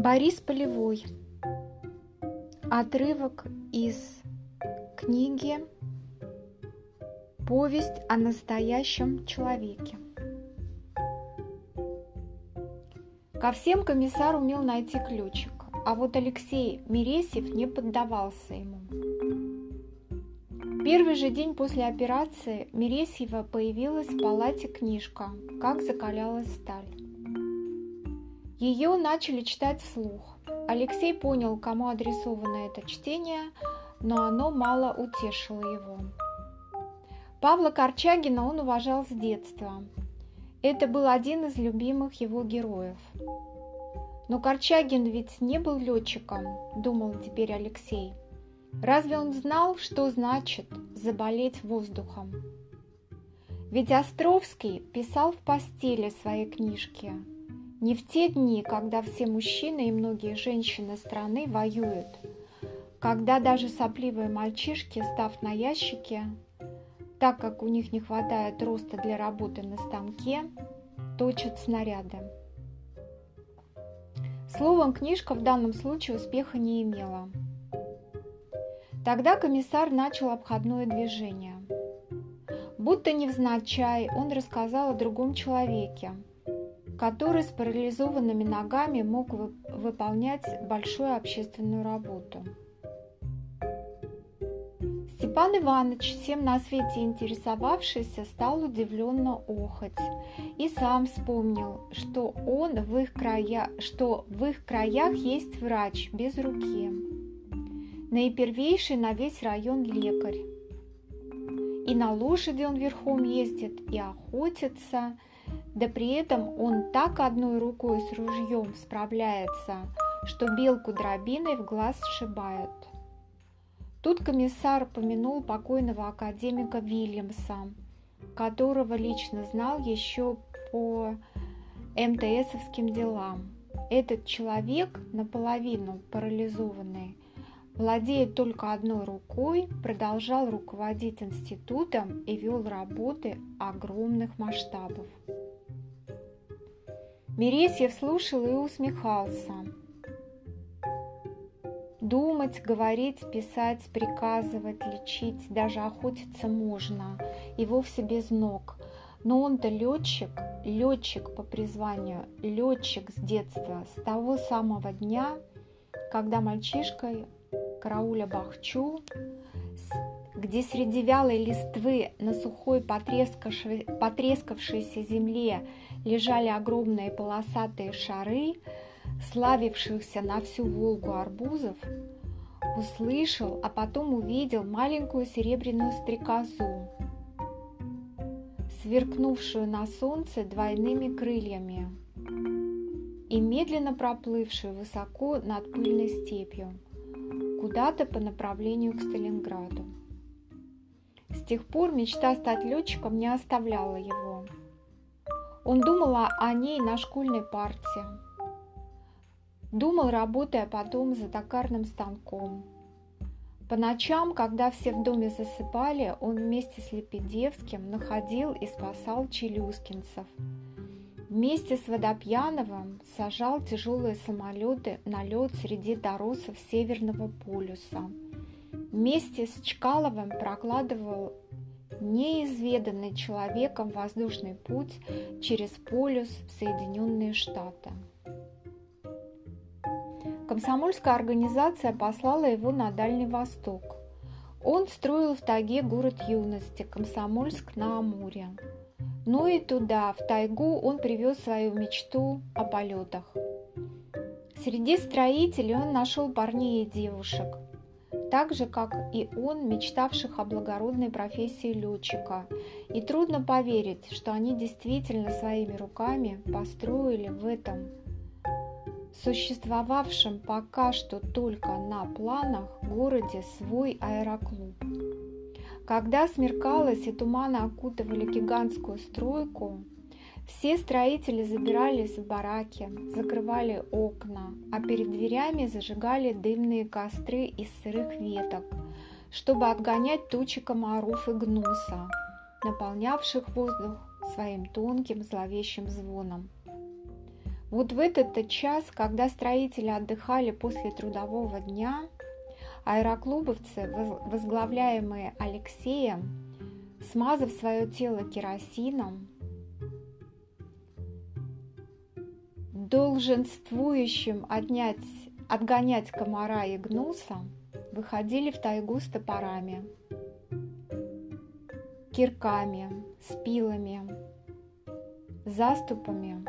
Борис Полевой. Отрывок из книги «Повесть о настоящем человеке». Ко всем комиссар умел найти ключик, а вот Алексей Мересьев не поддавался ему. Первый же день после операции Мересьева появилась в палате книжка «Как закалялась сталь». Ее начали читать вслух. Алексей понял, кому адресовано это чтение, но оно мало утешило его. Павла Корчагина он уважал с детства. Это был один из любимых его героев. Но Корчагин ведь не был летчиком, думал теперь Алексей. Разве он знал, что значит заболеть воздухом? Ведь Островский писал в постели свои книжки. Не в те дни, когда все мужчины и многие женщины страны воюют, когда даже сопливые мальчишки, став на ящике, так как у них не хватает роста для работы на станке, точат снаряды. Словом, книжка в данном случае успеха не имела. Тогда комиссар начал обходное движение. Будто невзначай он рассказал о другом человеке, который с парализованными ногами мог выполнять большую общественную работу. Степан Иванович, всем на свете интересовавшийся, стал удивленно охать и сам вспомнил, что в их краях есть врач без руки, наипервейший на весь район лекарь. И на лошади он верхом ездит, и охотится, да при этом он так одной рукой с ружьем справляется, что белку дробиной в глаз сшибает. Тут комиссар помянул покойного академика Вильямса, которого лично знал еще по МТСовским делам. Этот человек, наполовину парализованный, владея только одной рукой, продолжал руководить институтом и вел работы огромных масштабов. Мересьев слушал и усмехался. Думать, говорить, писать, приказывать, лечить, даже охотиться можно, и вовсе без ног. Но он-то летчик по призванию, летчик с детства, с того самого дня, когда мальчишкой, карауля бахчу, где среди вялой листвы на сухой потрескавшейся земле лежали огромные полосатые шары, славившихся на всю Волгу арбузов, услышал, а потом увидел маленькую серебряную стрекозу, сверкнувшую на солнце двойными крыльями и медленно проплывшую высоко над пыльной степью, куда-то по направлению к Сталинграду. С тех пор мечта стать летчиком не оставляла его. Он думал о ней на школьной парте, думал, работая потом за токарным станком. По ночам, когда все в доме засыпали, он вместе с Лепедевским находил и спасал челюскинцев. Вместе с Водопьяновым сажал тяжелые самолеты на лед среди торосов Северного полюса. Вместе с Чкаловым прокладывал неизведанный человеком воздушный путь через полюс в Соединенные Штаты. Комсомольская организация послала его на Дальний Восток. Он строил в тайге город юности, Комсомольск-на-Амуре. Но и туда, в тайгу, он привез свою мечту о полетах. Среди строителей он нашел парней и девушек, так же, как и он, мечтавших о благородной профессии летчика. И трудно поверить, что они действительно своими руками построили в этом существовавшем пока что только на планах городе свой аэроклуб. Когда смеркалось и туманы окутывали гигантскую стройку, все строители забирались в бараки, закрывали окна, а перед дверями зажигали дымные костры из сырых веток, чтобы отгонять тучи комаров и гнуса, наполнявших воздух своим тонким зловещим звоном. Вот в этот час, когда строители отдыхали после трудового дня, аэроклубовцы, возглавляемые Алексеем, смазав свое тело керосином, долженствующим отгонять комара и гнуса, выходили в тайгу с топорами, кирками, спилами, заступами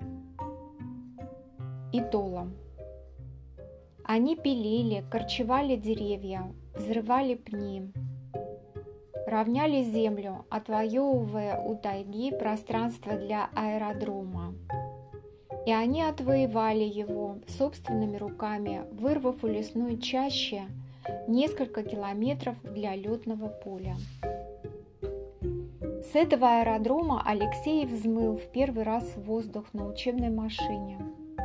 и толом. Они пилили, корчевали деревья, взрывали пни, равняли землю, отвоевывая у тайги пространство для аэродрома. И они отвоевали его собственными руками, вырвав у лесной чащи несколько километров для летного поля. С этого аэродрома Алексей взмыл в первый раз в воздух на учебной машине,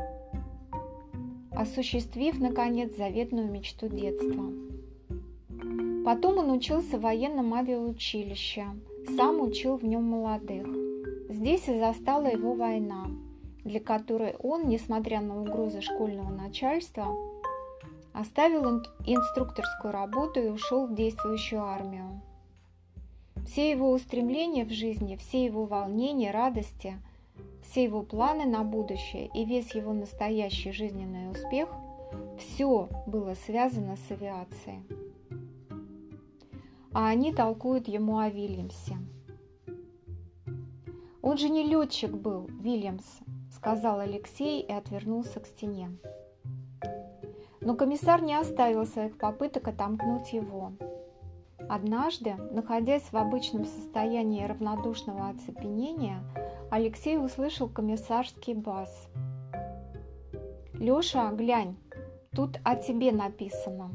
осуществив, наконец, заветную мечту детства. Потом он учился в военном авиаучилище, сам учил в нем молодых. Здесь и застала его война, для которой он, несмотря на угрозы школьного начальства, оставил инструкторскую работу и ушел в действующую армию. Все его устремления в жизни, все его волнения, радости, все его планы на будущее и весь его настоящий жизненный успех – все было связано с авиацией. А они толкуют ему о Вильямсе. «Он же не летчик был, Вильямс», – сказал Алексей и отвернулся к стене. Но комиссар не оставил своих попыток отомкнуть его. Однажды, находясь в обычном состоянии равнодушного оцепенения, Алексей услышал комиссарский бас. «Леша, глянь, тут о тебе написано».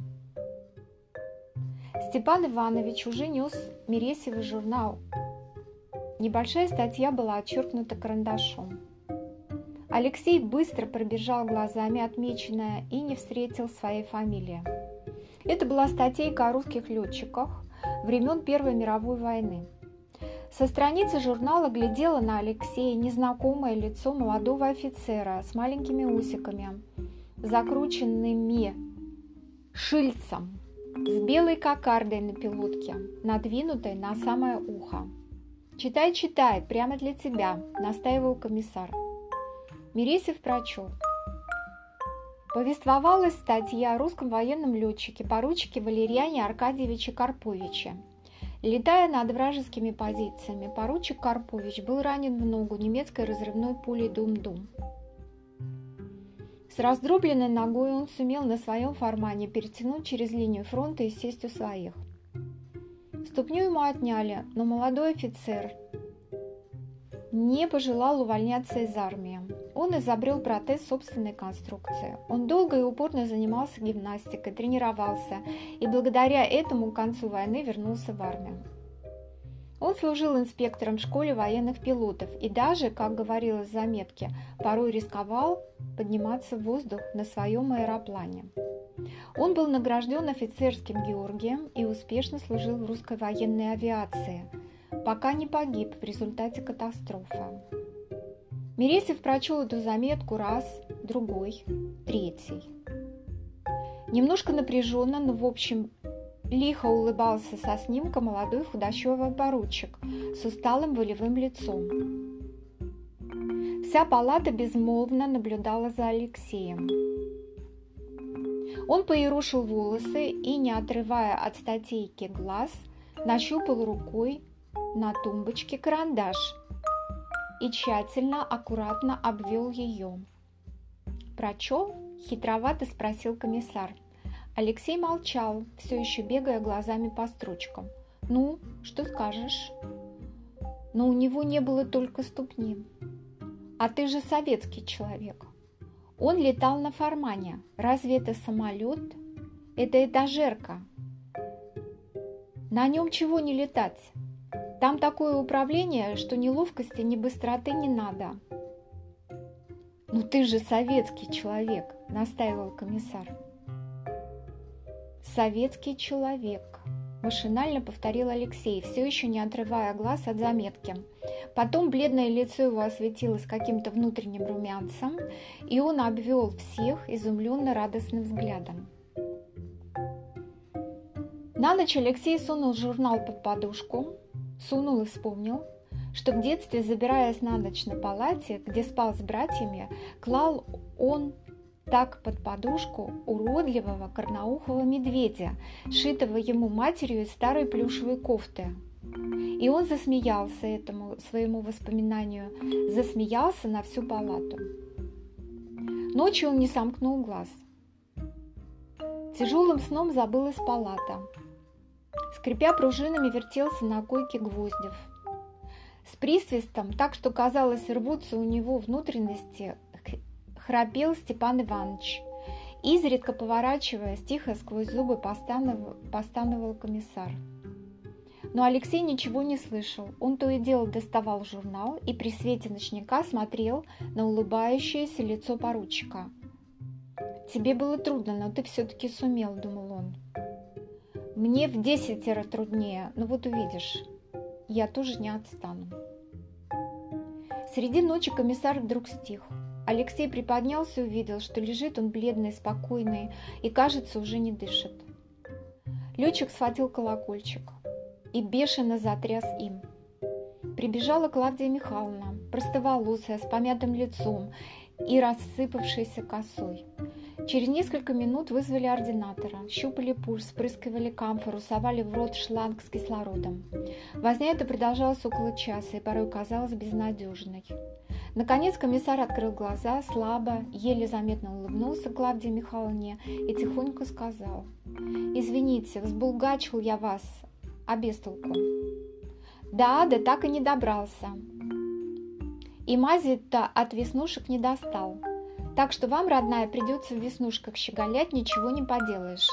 Степан Иванович уже нес Мересьевый журнал. Небольшая статья была отчеркнута карандашом. Алексей быстро пробежал глазами отмеченное и не встретил своей фамилии. Это была статейка о русских летчиках времен Первой мировой войны. Со страницы журнала глядело на Алексея незнакомое лицо молодого офицера с маленькими усиками, закрученными шильцем, с белой кокардой на пилотке, надвинутой на самое ухо. «Читай, читай, прямо для тебя», – настаивал комиссар. Мересьев прочел. Повествовалась статья о русском военном летчике, поручике Валерьяне Аркадьевиче Карповиче. Летая над вражескими позициями, поручик Карпович был ранен в ногу немецкой разрывной пулей Дум-Дум. С раздробленной ногой он сумел на своем фармане перетянуть через линию фронта и сесть у своих. Ступню ему отняли, но молодой офицер не пожелал увольняться из армии. Он изобрел протез собственной конструкции. Он долго и упорно занимался гимнастикой, тренировался и благодаря этому к концу войны вернулся в армию. Он служил инспектором в школе военных пилотов и даже, как говорилось в заметке, порой рисковал подниматься в воздух на своем аэроплане. Он был награжден офицерским Георгием и успешно служил в русской военной авиации, пока не погиб в результате катастрофы. Мересьев прочел эту заметку раз, другой, третий. Немножко напряженно, но в общем лихо улыбался со снимка молодой худощавый поручик с усталым волевым лицом. Вся палата безмолвно наблюдала за Алексеем. Он поерушил волосы и, не отрывая от статейки глаз, нащупал рукой на тумбочке карандаш и тщательно, аккуратно обвел ее. «Прочел?» – хитровато спросил комиссар. Алексей молчал, все еще бегая глазами по строчкам. «Ну, что скажешь?» «Но у него не было только ступни. А ты же советский человек. Он летал на фармане. Разве это самолет? Это этажерка. На нем чего не летать? Там такое управление, что ни ловкости, ни быстроты не надо». «Ну ты же советский человек», – настаивал комиссар. «Советский человек», – машинально повторил Алексей, все еще не отрывая глаз от заметки. Потом бледное лицо его осветилось каким-то внутренним румянцем, и он обвел всех изумленно радостным взглядом. На ночь Алексей сунул журнал под подушку, сунул и вспомнил, что в детстве, забираясь на ночь на палате, где спал с братьями, клал он так под подушку уродливого корноухого медведя, шитого ему матерью из старой плюшевой кофты. И он засмеялся этому своему воспоминанию, засмеялся на всю палату. Ночью он не сомкнул глаз. Тяжелым сном забылась палата. Скрипя пружинами, вертелся на койке Гвоздев. С присвистом, так что, казалось, рвутся у него внутренности, храпел Степан Иванович. Изредка поворачиваясь, тихо сквозь зубы постановал комиссар. Но Алексей ничего не слышал. Он то и дело доставал журнал и при свете ночника смотрел на улыбающееся лицо поручика. «Тебе было трудно, но ты все-таки сумел», — думал он. «Мне в 10 раз труднее, но вот увидишь, я тоже не отстану». Среди ночи комиссар вдруг стих. Алексей приподнялся и увидел, что лежит он бледный, спокойный и, кажется, уже не дышит. Летчик схватил колокольчик и бешено затряс им. Прибежала Клавдия Михайловна, простоволосая, с помятым лицом и рассыпавшейся косой. Через несколько минут вызвали ординатора, щупали пульс, спрыскивали камфору, совали в рот шланг с кислородом. Возня эта продолжалась около часа и порой казалась безнадежной. Наконец комиссар открыл глаза, слабо, еле заметно улыбнулся Клавдии Михайловне и тихонько сказал: «Извините, взбулгачил я вас, а без толку». Да так и не добрался. И мази-то от веснушек не достал. Так что вам, родная, придется в веснушках щеголять, ничего не поделаешь».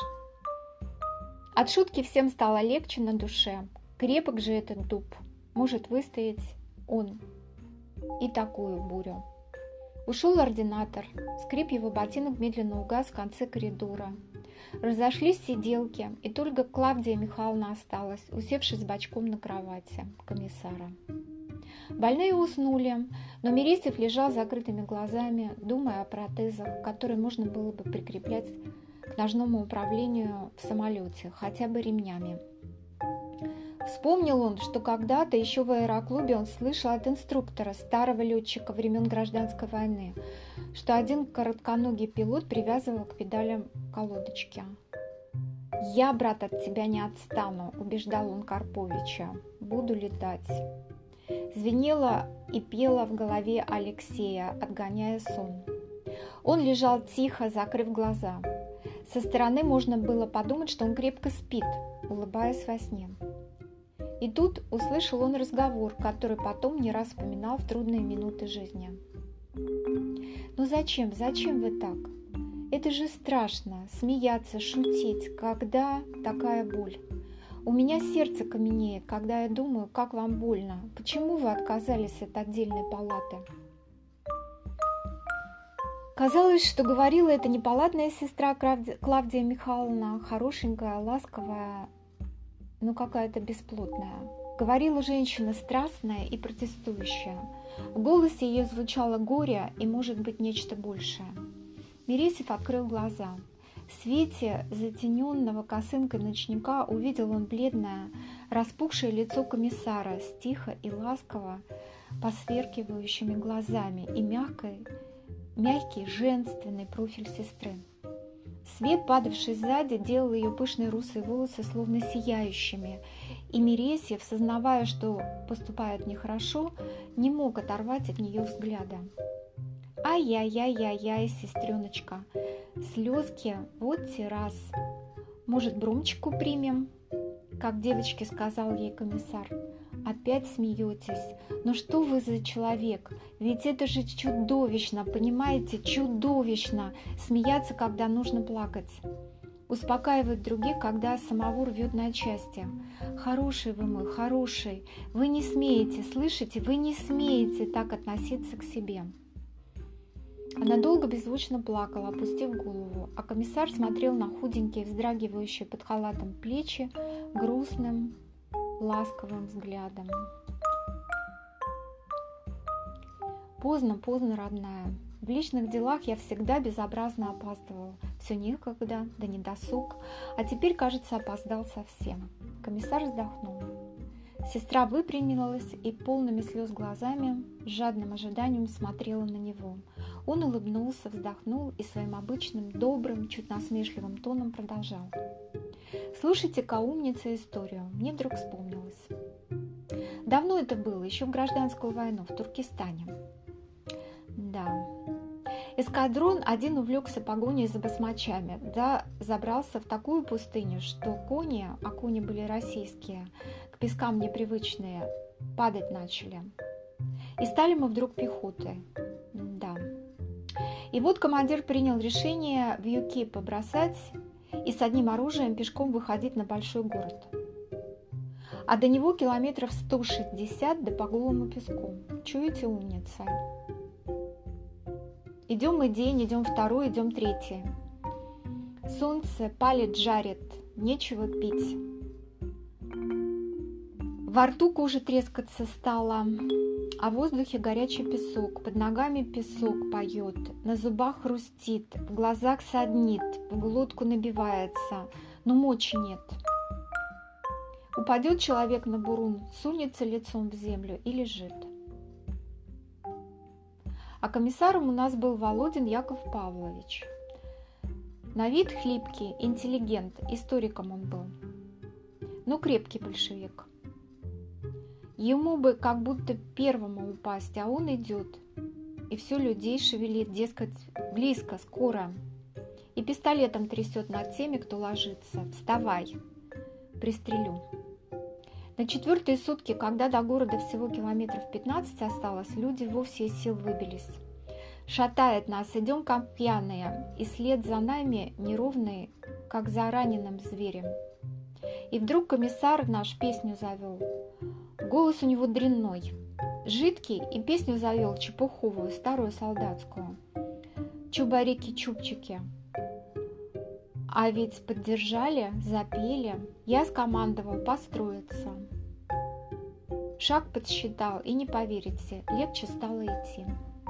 От шутки всем стало легче на душе. Крепок же этот дуб, может выстоять он и такую бурю. Ушел ординатор, скрип его ботинок медленно угас в конце коридора. Разошлись сиделки, и только Клавдия Михайловна осталась, усевшись бочком на кровати комиссара. Больные уснули, но Мересьев лежал с закрытыми глазами, думая о протезах, которые можно было бы прикреплять к ножному управлению в самолете, хотя бы ремнями. Вспомнил он, что когда-то еще в аэроклубе он слышал от инструктора, старого летчика времен Гражданской войны, что один коротконогий пилот привязывал к педалям колодочки. «Я, брат, от тебя не отстану», — убеждал он Карповича, — «буду летать». Звенело и пело в голове Алексея, отгоняя сон. Он лежал тихо, закрыв глаза. Со стороны можно было подумать, что он крепко спит, улыбаясь во сне. И тут услышал он разговор, который потом не раз вспоминал в трудные минуты жизни. «Ну зачем вы так? Это же страшно, смеяться, шутить, когда такая боль. У меня сердце каменеет, когда я думаю, как вам больно. Почему вы отказались от отдельной палаты?» Казалось, что говорила это не палатная сестра Клавдия Михайловна, хорошенькая, ласковая, но какая-то бесплотная. Говорила женщина страстная и протестующая. В голосе ее звучало горе и, может быть, нечто большее. Мересьев открыл глаза. В свете затененного косынкой ночника увидел он бледное, распухшее лицо комиссара с тихо и ласково посверкивающими глазами и мягкий женственный профиль сестры. Свет, падавший сзади, делал ее пышные русые волосы словно сияющими, и Мересьев, сознавая, что поступает нехорошо, не мог оторвать от нее взгляда. «Ай-яй-яй-яй-яй, сестреночка, слезки, вот те раз. Может, Бромчику примем?» Как девочке сказал ей комиссар. «Опять смеетесь? Но что вы за человек? Ведь это же чудовищно, понимаете, чудовищно смеяться, когда нужно плакать. Успокаивать других, когда самого рвет на части. Хороший вы мой, хороший. Вы не смеете, слышите? Вы не смеете так относиться к себе». Она долго беззвучно плакала, опустив голову, а комиссар смотрел на худенькие, вздрагивающие под халатом плечи грустным, ласковым взглядом. Поздно, поздно, родная. В личных делах я всегда безобразно опаздывал. Все некогда, да не досуг. А теперь, кажется, опоздал совсем. Комиссар вздохнул. Сестра выпрямилась и полными слез глазами с жадным ожиданием смотрела на него. Он улыбнулся, вздохнул и своим обычным, добрым, чуть насмешливым тоном продолжал. «Слушайте-ка, умница, историю. Мне вдруг вспомнилось. Давно это было, еще в гражданскую войну в Туркестане. Да. Эскадрон один увлекся погоней за басмачами, да забрался в такую пустыню, что кони, а кони были российские, к пескам непривычные, падать начали. И стали мы вдруг пехотой. Да. И вот командир принял решение вьюки побросать и с одним оружием пешком выходить на большой город. А до него километров 160 да по голому песку. Чуете, умница? Идем мы день, идем второй, идем третий. Солнце палит, жарит, нечего пить. Во рту кожа трескаться стала, а в воздухе горячий песок, под ногами песок поет, на зубах хрустит, в глазах саднит, в глотку набивается, но мочи нет. Упадет человек на бурун, сунется лицом в землю и лежит. А комиссаром у нас был Володин Яков Павлович. На вид хлипкий, интеллигент, историком он был. Но крепкий большевик. Ему бы как будто первому упасть, а он идет. И все людей шевелит, дескать, близко, скоро. И пистолетом трясет над теми, кто ложится. Вставай, пристрелю. На четвертые сутки, когда до города всего километров 15 осталось, люди вовсе из сил выбились. Шатает нас, идем как пьяные, и след за нами неровный, как за раненым зверем. И вдруг комиссар наш песню завел. Голос у него дрянной, жидкий, и песню завел чепуховую, старую солдатскую. Чубарики-чубчики. А ведь поддержали, запели. Я скомандовал построиться. Шаг подсчитал, и не поверите, легче стало идти.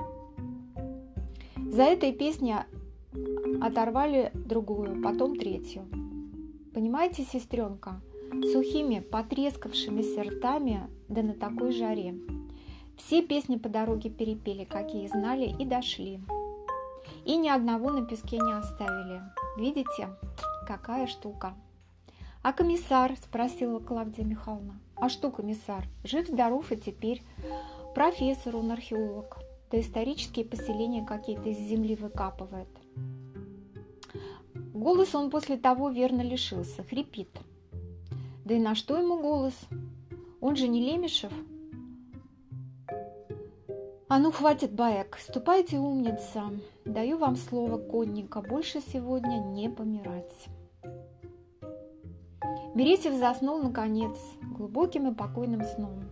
За этой песней оторвали другую, потом третью. Понимаете, сестренка, сухими, потрескавшимися ртами, да на такой жаре. Все песни по дороге перепели, какие знали, и дошли. И ни одного на песке не оставили. Видите, какая штука. А комиссар, спросила Клавдия Михайловна. А что комиссар? Жив-здоров и теперь. Профессор, он археолог. Да исторические поселения какие-то из земли выкапывает. Голос он после того верно лишился, хрипит. Да и на что ему голос? Он же не Лемешев. А ну, хватит баек, ступайте, умница. Даю вам слово конника, больше сегодня не помирать. Бересев заснул, наконец, глубоким и покойным сном.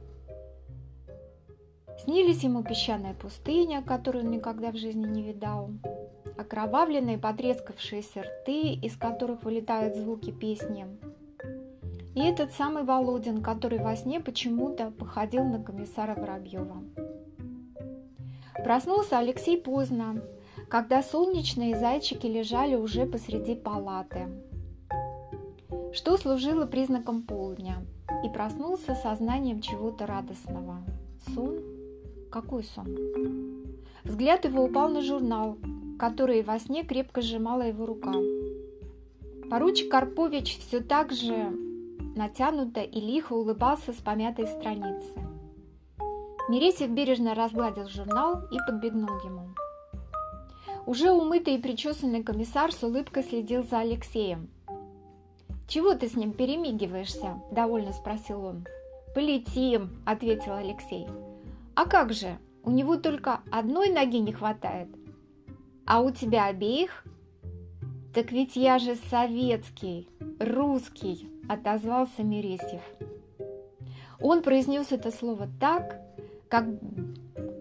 Снились ему песчаная пустыня, которую он никогда в жизни не видал, окровавленные потрескавшиеся рты, из которых вылетают звуки песни, и этот самый Володин, который во сне почему-то походил на комиссара Воробьева. Проснулся Алексей поздно, когда солнечные зайчики лежали уже посреди палаты, что служило признаком полдня, и проснулся сознанием чего-то радостного. Сон? Какой сон? Взгляд его упал на журнал, который во сне крепко сжимала его рука. Поручик Карпович все так же натянуто и лихо улыбался с помятой страницы. Мересев бережно разгладил журнал и подбегнул ему. Уже умытый и причесанный комиссар с улыбкой следил за Алексеем. «Чего ты с ним перемигиваешься?» – довольно спросил он. «Полетим», – ответил Алексей. «А как же? У него только одной ноги не хватает. А у тебя обеих?» «Так ведь я же советский, русский», – отозвался Мересьев. Он произнес это слово так, как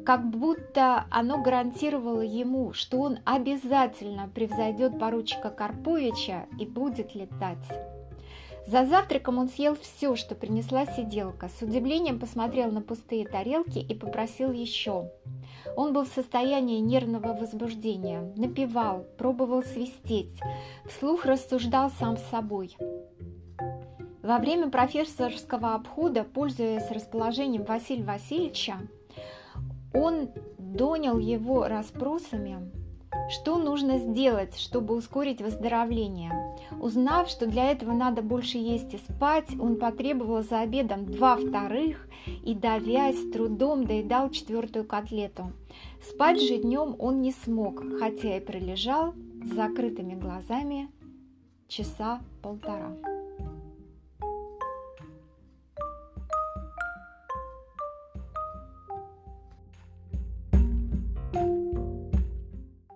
как будто оно гарантировало ему, что он обязательно превзойдет поручика Карповича и будет летать. За завтраком он съел все, что принесла сиделка, с удивлением посмотрел на пустые тарелки и попросил еще. Он был в состоянии нервного возбуждения, напевал, пробовал свистеть, вслух рассуждал сам с собой. Во время профессорского обхода, пользуясь расположением Василия Васильевича, он донял его расспросами, что нужно сделать, чтобы ускорить выздоровление. Узнав, что для этого надо больше есть и спать, он потребовал за обедом 2/2 и, давясь, с трудом доедал 4-ю котлету. Спать же днем он не смог, хотя и пролежал с закрытыми глазами 1.5 часа.